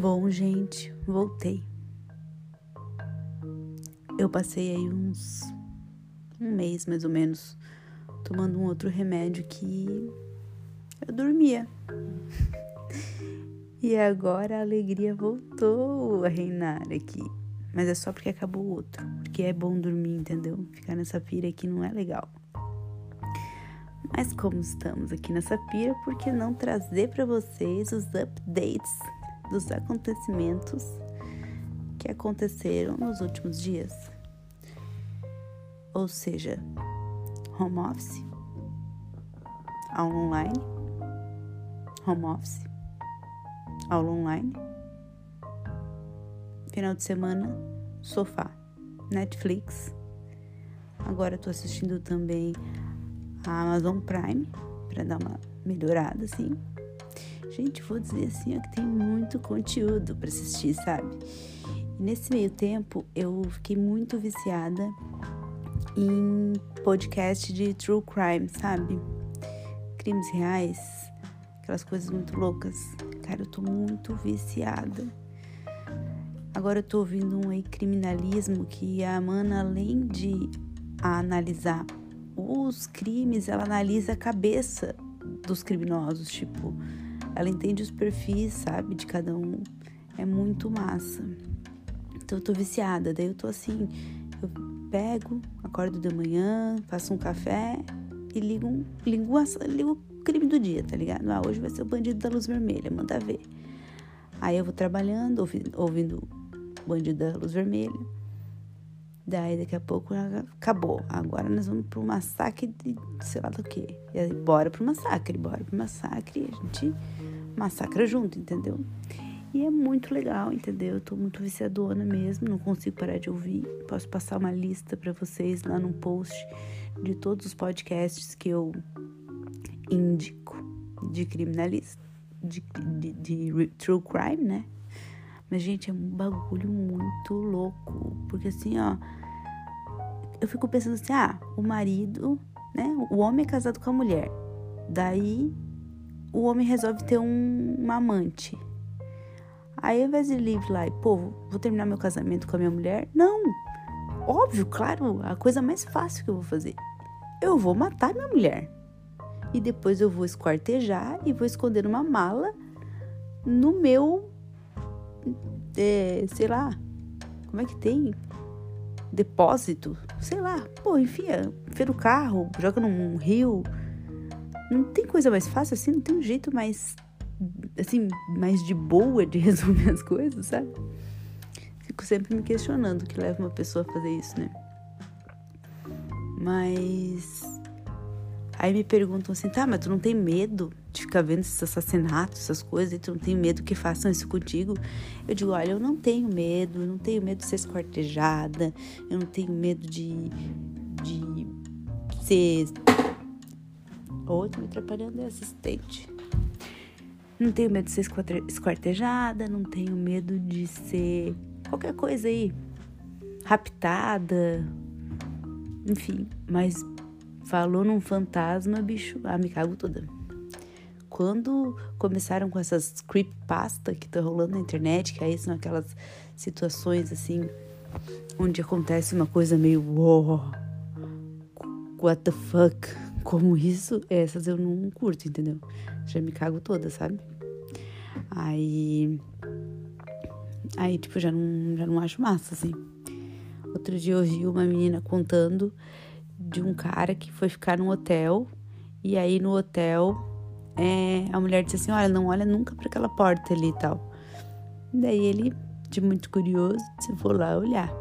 Bom, gente, voltei. Eu passei aí um mês, mais ou menos, tomando um outro remédio que eu dormia. E agora a alegria voltou a reinar aqui. Mas é só porque acabou o outro. Porque é bom dormir, entendeu? Ficar nessa pira aqui não é legal. Mas como estamos aqui nessa pira, por que não trazer para vocês os updates dos acontecimentos que aconteceram nos últimos dias? Ou seja, home office, aula online, home office, aula online, final de semana, sofá, Netflix. Agora tô assistindo também a Amazon Prime para dar uma melhorada, assim. Gente, vou dizer assim, ó, que tem muito conteúdo para assistir, sabe? E nesse meio tempo, eu fiquei muito viciada em podcast de true crime, sabe? Crimes reais, aquelas coisas muito loucas. Cara, eu tô muito viciada. Agora eu tô ouvindo um aí criminalismo que a Amanda, além de analisar os crimes, ela analisa a cabeça dos criminosos, tipo, ela entende os perfis, sabe, de cada um. É muito massa. Então eu tô viciada, daí eu tô assim, eu pego, acordo de manhã, faço um café e ligo o crime do dia, tá ligado? Ah, hoje vai ser o bandido da luz vermelha, manda ver. Aí eu vou trabalhando, ouvindo o bandido da luz vermelha. Daí daqui a pouco acabou. Agora nós vamos pro massacre de sei lá do que. E aí, bora pro massacre. A gente massacra junto, entendeu? E é muito legal, entendeu? Eu tô muito viciadona mesmo, não consigo parar de ouvir. Posso passar uma lista pra vocês lá no post de todos os podcasts que eu indico de criminalista, de true crime, né? Mas, gente, é um bagulho muito louco. Porque, assim, ó, eu fico pensando assim, o marido, né? O homem é casado com a mulher. Daí, o homem resolve ter uma amante. Aí, ao invés de ele ir lá e, vou terminar meu casamento com a minha mulher. Não! Óbvio, claro, a coisa mais fácil que eu vou fazer. Eu vou matar minha mulher. E depois eu vou esquartejar e vou esconder numa mala no meu... sei lá, como é que tem? Depósito, sei lá, enfia no carro, joga num rio. Não tem coisa mais fácil assim, não tem um jeito mais, assim, mais de boa de resolver as coisas, sabe? Fico sempre me questionando o que leva uma pessoa a fazer isso, né? Mas... aí me perguntam assim, mas tu não tem medo de ficar vendo esses assassinatos, essas coisas, e tu não tem medo que façam isso contigo? Eu digo, olha, eu não tenho medo de ser esquartejada, eu não tenho medo de ser... tô me atrapalhando, é assistente. Não tenho medo de ser esquartejada, não tenho medo de ser qualquer coisa aí, raptada, enfim, mas... falou num fantasma, bicho, me cago toda. Quando começaram com essas creepypasta que tá rolando na internet, que aí são aquelas situações assim, onde acontece uma coisa meio what the fuck, como isso, essas eu não curto, entendeu? Já me cago toda, sabe? Aí tipo, já não acho massa, assim. Outro dia eu vi uma menina contando de um cara que foi ficar num hotel, e aí no hotel a mulher disse assim, olha, não olha nunca para aquela porta ali e tal. Daí ele, de muito curioso, disse, vou lá olhar.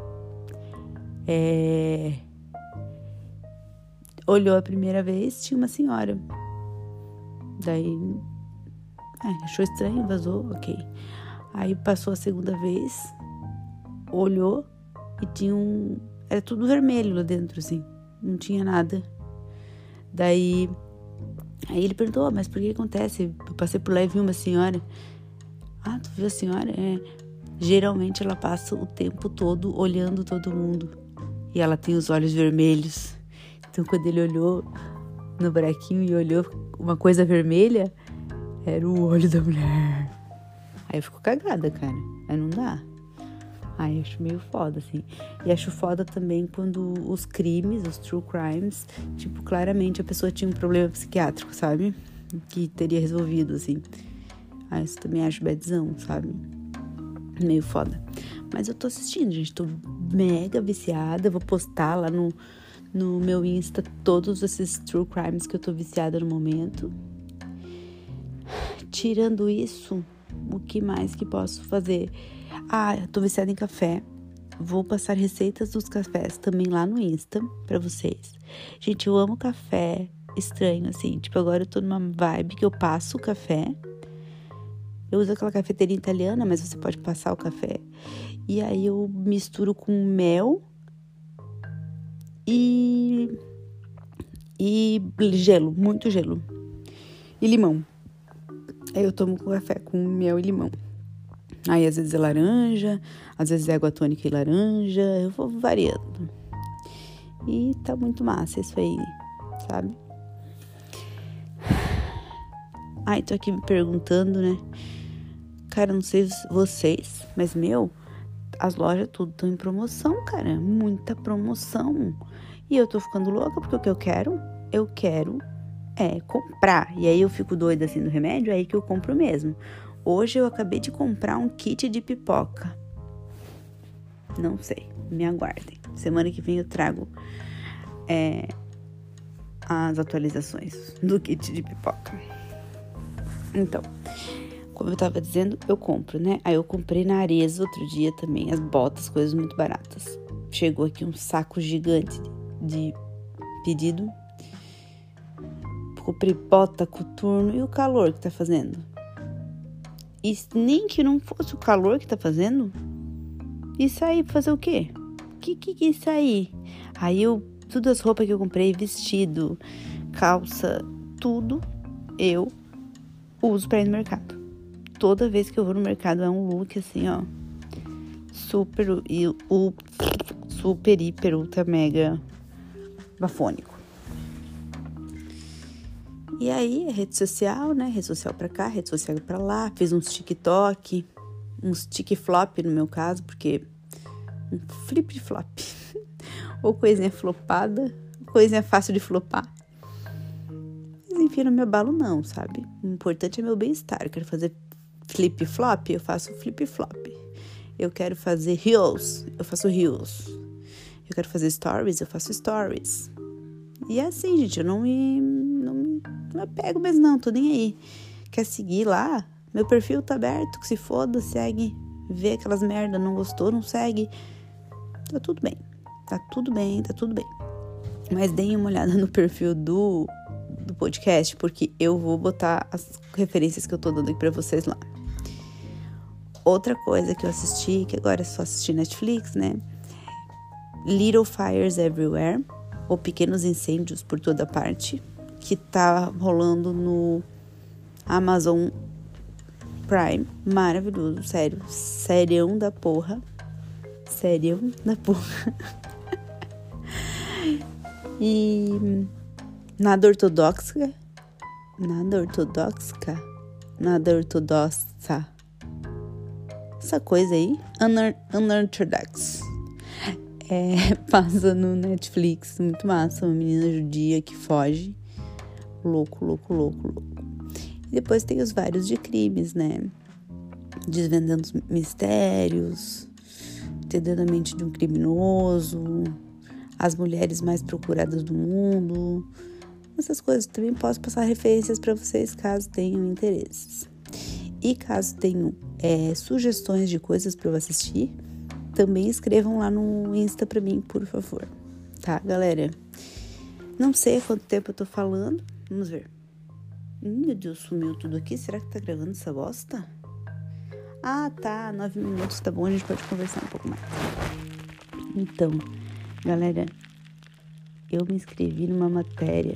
Olhou a primeira vez, tinha uma senhora. Daí achou estranho, vazou, ok. Aí passou a segunda vez, olhou e tinha era tudo vermelho lá dentro, assim. Não tinha nada. Daí, aí ele perguntou, mas por que acontece? Eu passei por lá e vi uma senhora. Tu viu a senhora? Geralmente ela passa o tempo todo olhando todo mundo. E ela tem os olhos vermelhos. Então quando ele olhou no buraquinho e olhou uma coisa vermelha, era o olho da mulher. Aí eu fico cagada, cara. Aí não dá. Aí eu acho meio foda, assim. E acho foda também quando os crimes, os true crimes, tipo, claramente a pessoa tinha um problema psiquiátrico, sabe? Que teria resolvido, assim. Aí isso também acho badzão, sabe? Meio foda. Mas eu tô assistindo, gente. Tô mega viciada. Vou postar lá no meu Insta todos esses true crimes que eu tô viciada no momento. Tirando isso, o que mais que posso fazer? Eu tô viciada em café. Vou passar receitas dos cafés também lá no Insta pra vocês. Gente, eu amo café estranho, assim. Tipo, agora eu tô numa vibe que eu passo o café. Eu uso aquela cafeteria italiana, mas você pode passar o café. E aí eu misturo com mel e gelo, muito gelo. E limão. Aí eu tomo com café com mel e limão. Aí às vezes é laranja, às vezes é água tônica e laranja. Eu vou variando. E tá muito massa isso aí, sabe? Ai, tô aqui me perguntando, né? Cara, não sei vocês, mas as lojas tudo estão em promoção, cara. Muita promoção. E eu tô ficando louca porque o que eu quero comprar. E aí eu fico doida assim do remédio, aí que eu compro mesmo. Hoje eu acabei de comprar um kit de pipoca. Não sei, me aguardem. Semana que vem eu trago as atualizações do kit de pipoca. Então, como eu tava dizendo, eu compro, né? Aí eu comprei na Arezzo outro dia também, as botas, coisas muito baratas. Chegou aqui um saco gigante de pedido. Comprei bota, coturno e o calor que tá fazendo. E nem que não fosse o calor que tá fazendo. Isso aí pra fazer o quê? Que é isso aí? Aí todas as roupas que eu comprei, vestido, calça, tudo, eu uso pra ir no mercado. Toda vez que eu vou no mercado é um look assim, ó. Super, hiper, ultra, mega bafônico. E aí, rede social, né? Rede social pra cá, rede social pra lá. Fiz uns TikTok, uns TikFlop no meu caso, porque um flip-flop. Ou coisinha flopada, coisinha fácil de flopar. Mas enfim, não me abalo não, sabe? O importante é meu bem-estar. Eu quero fazer flip-flop, eu faço flip-flop. Eu quero fazer reels, eu faço reels. Eu quero fazer stories, eu faço stories. E é assim, gente, eu não me apego mesmo não, tô nem aí. Quer seguir lá? Meu perfil tá aberto, que se foda, segue. Vê aquelas merda, não gostou, não segue. Tá tudo bem, tá tudo bem, tá tudo bem. Mas deem uma olhada no perfil do podcast, porque eu vou botar as referências que eu tô dando aqui pra vocês lá. Outra coisa que eu assisti, que agora é só assistir Netflix, né? Little Fires Everywhere, ou Pequenos Incêndios por Toda Parte, que tá rolando no Amazon Prime. Maravilhoso, sério. Serião da porra. E nada ortodoxa. Essa coisa aí. Unorthodox. Passa no Netflix. Muito massa. Uma menina judia que foge. Louco. E depois tem os vários de crimes, né? Desvendando os mistérios. Entendendo a mente de um criminoso. As mulheres mais procuradas do mundo. Essas coisas. Também posso passar referências para vocês, caso tenham interesses. E caso tenham sugestões de coisas para eu assistir, também escrevam lá no Insta pra mim, por favor. Tá, galera? Não sei há quanto tempo eu tô falando. Vamos ver. Meu Deus, sumiu tudo aqui. Será que tá gravando essa bosta? Ah, tá. 9 minutos, tá bom. A gente pode conversar um pouco mais. Então, galera, eu me inscrevi numa matéria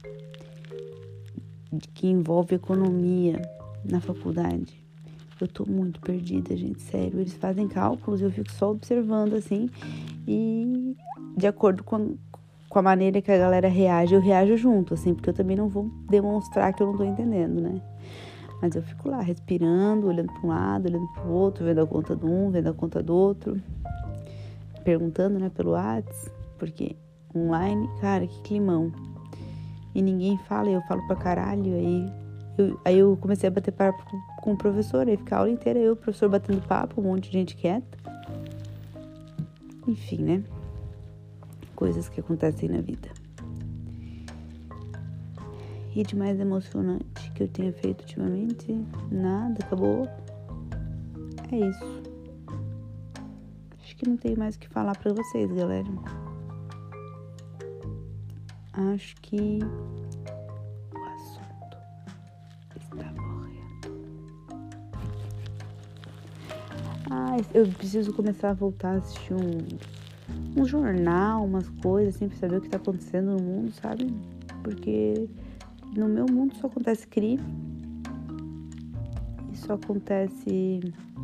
que envolve economia na faculdade. Eu tô muito perdida, gente, sério. Eles fazem cálculos e eu fico só observando, assim. E de acordo com a maneira que a galera reage, eu reajo junto, assim. Porque eu também não vou demonstrar que eu não tô entendendo, né? Mas eu fico lá, respirando, olhando para um lado, olhando para o outro, vendo a conta de um, vendo a conta do outro. Perguntando, né, pelo WhatsApp, porque online, cara, que climão. E ninguém fala, eu falo pra caralho, aí eu comecei a bater papo com o professor, aí fica a aula inteira eu e o professor batendo papo, um monte de gente quieta. Enfim, né? Coisas que acontecem na vida. E de mais emocionante que eu tenha feito ultimamente, nada, acabou. É isso. Acho que não tenho mais o que falar pra vocês, galera. Acho que o assunto está morrendo. Eu preciso começar a voltar a assistir um jornal, umas coisas assim, pra saber o que tá acontecendo no mundo, sabe? Porque no meu mundo só acontece crime. E só acontece...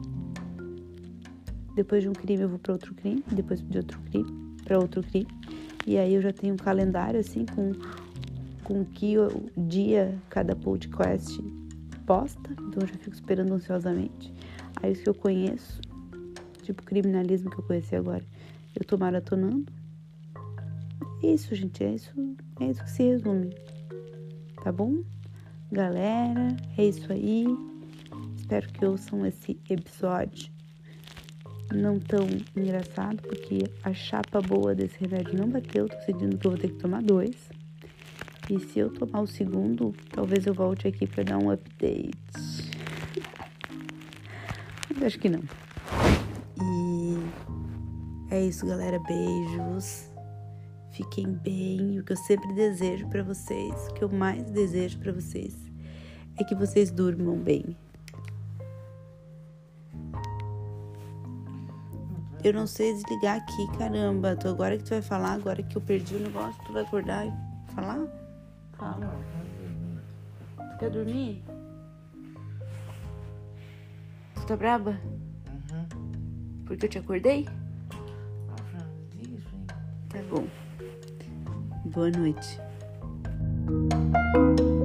Depois de um crime eu vou pra outro crime, depois de outro crime, pra outro crime. E aí eu já tenho um calendário, assim, com que dia cada podcast posta. Então eu já fico esperando ansiosamente. Aí os que eu conheço, tipo criminalismo que eu conheci agora, eu tô maratonando. É isso, gente, é isso que se resume. Tá bom? Galera, é isso aí. Espero que ouçam esse episódio. Não tão engraçado, porque a chapa boa desse remédio não bateu. Tô sentindo que eu vou ter que tomar 2. E se eu tomar o segundo, talvez eu volte aqui pra dar um update. Mas acho que não. E é isso, galera. Beijos. Fiquem bem. O que eu sempre desejo pra vocês, o que eu mais desejo pra vocês, é que vocês durmam bem. Eu não sei desligar aqui, caramba. Agora que tu vai falar, agora que eu perdi o negócio, tu vai acordar e falar? Fala. Tu quer dormir? Tu tá braba? Uhum. Porque eu te acordei? Tá bom. Boa noite.